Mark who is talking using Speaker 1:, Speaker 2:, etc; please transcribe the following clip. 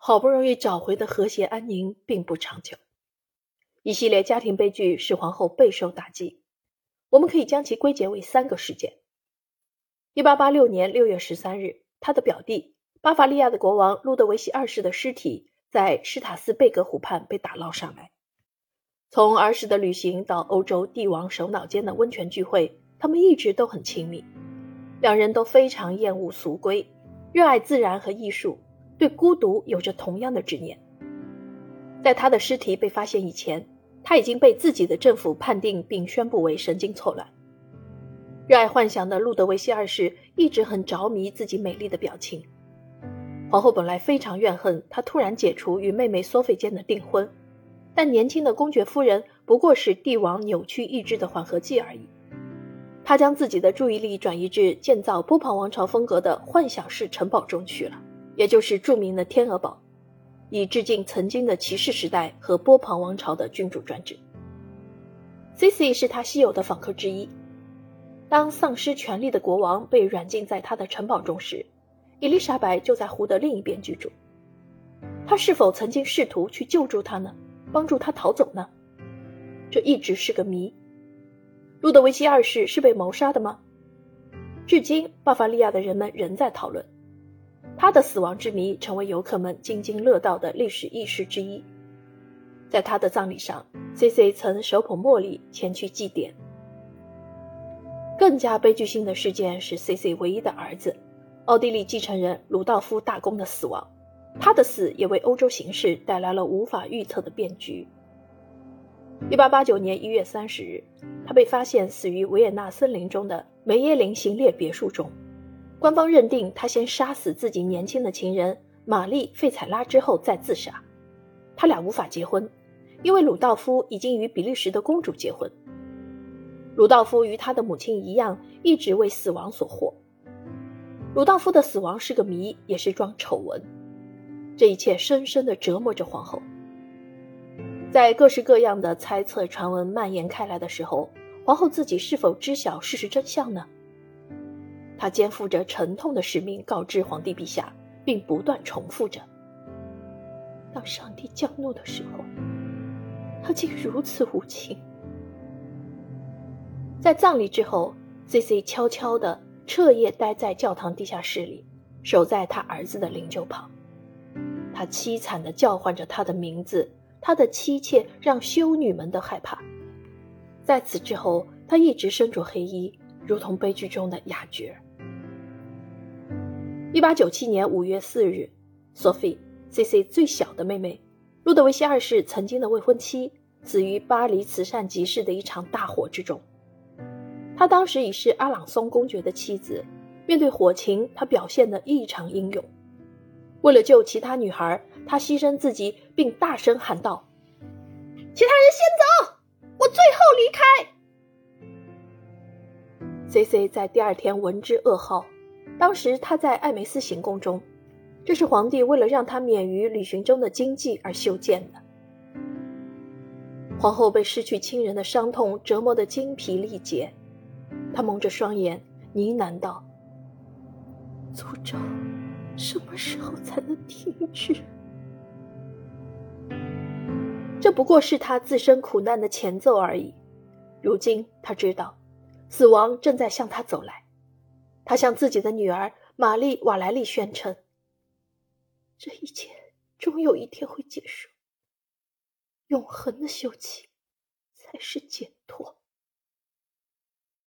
Speaker 1: 好不容易找回的和谐安宁并不长久。一系列家庭悲剧使皇后备受打击，我们可以将其归结为3个事件。1886年6月13日，他的表弟巴伐利亚的国王路德维希2世的尸体在施塔斯贝格湖畔被打捞上来。从儿时的旅行到欧洲帝王首脑间的温泉聚会，他们一直都很亲密。两人都非常厌恶俗规，热爱自然和艺术，对孤独有着同样的执念。在他的尸体被发现以前，他已经被自己的政府判定并宣布为神经错乱。热爱幻想的路德维希2世一直很着迷自己美丽的表情。皇后本来非常怨恨他突然解除与妹妹索菲间的订婚，但年轻的公爵夫人不过是帝王扭曲意志的缓和剂而已。她将自己的注意力转移至建造波旁王朝风格的幻想式城堡中去了，也就是著名的天鹅堡，以致敬曾经的骑士时代和波旁王朝的君主专制。Sissi 是他稀有的访客之一。当丧失权力的国王被软禁在他的城堡中时，伊丽莎白就在湖的另一边居住。他是否曾经试图去救助他呢？帮助他逃走呢？这一直是个谜。路德维希2世是被谋杀的吗？至今巴伐利亚的人们仍在讨论。他的死亡之谜成为游客们津津乐道的历史轶事之一。在他的葬礼上， Sissi 曾手捧茉莉前去祭奠。更加悲剧性的事件是 Sissi 唯一的儿子奥地利继承人鲁道夫大公的死亡。他的死也为欧洲形势带来了无法预测的变局。1889年1月30日，他被发现死于维也纳森林中的梅耶林行列别墅中。官方认定他先杀死自己年轻的情人玛丽·费采拉之后再自杀。他俩无法结婚，因为鲁道夫已经与比利时的公主结婚。鲁道夫与他的母亲一样，一直为死亡所惑。鲁道夫的死亡是个谜，也是桩丑闻。这一切深深地折磨着皇后。在各式各样的猜测传闻蔓延开来的时候，皇后自己是否知晓事实真相呢？她肩负着沉痛的使命告知皇帝陛下，并不断重复着：当上帝降怒的时候，他竟如此无情。在葬礼之后， Sissi 悄悄地彻夜待在教堂地下室里，守在他儿子的灵柩旁。他凄惨地叫唤着他的名字，他的妻妾让修女们都害怕。在此之后，他一直身着黑衣，如同悲剧中的哑角。1897年5月4日，索菲 Sissi 最小的妹妹，路德维希2世曾经的未婚妻，死于巴黎慈善集市的一场大火之中。她当时已是阿朗松公爵的妻子，面对火情，她表现得异常英勇。为了救其他女孩，她牺牲自己，并大声喊道：其他人先走，我最后离开。 Sissi 在第2天闻之噩耗，当时她在艾梅斯行宫中，这是皇帝为了让她免于旅行中的经济而修建的。皇后被失去亲人的伤痛折磨得精疲力竭，她蒙着双眼呢喃道：诅咒什么时候才能停止？这不过是她自身苦难的前奏而已。如今她知道，死亡正在向她走来。她向自己的女儿玛丽·瓦莱丽宣称，这一切终有一天会结束，永恒的休憩才是解脱。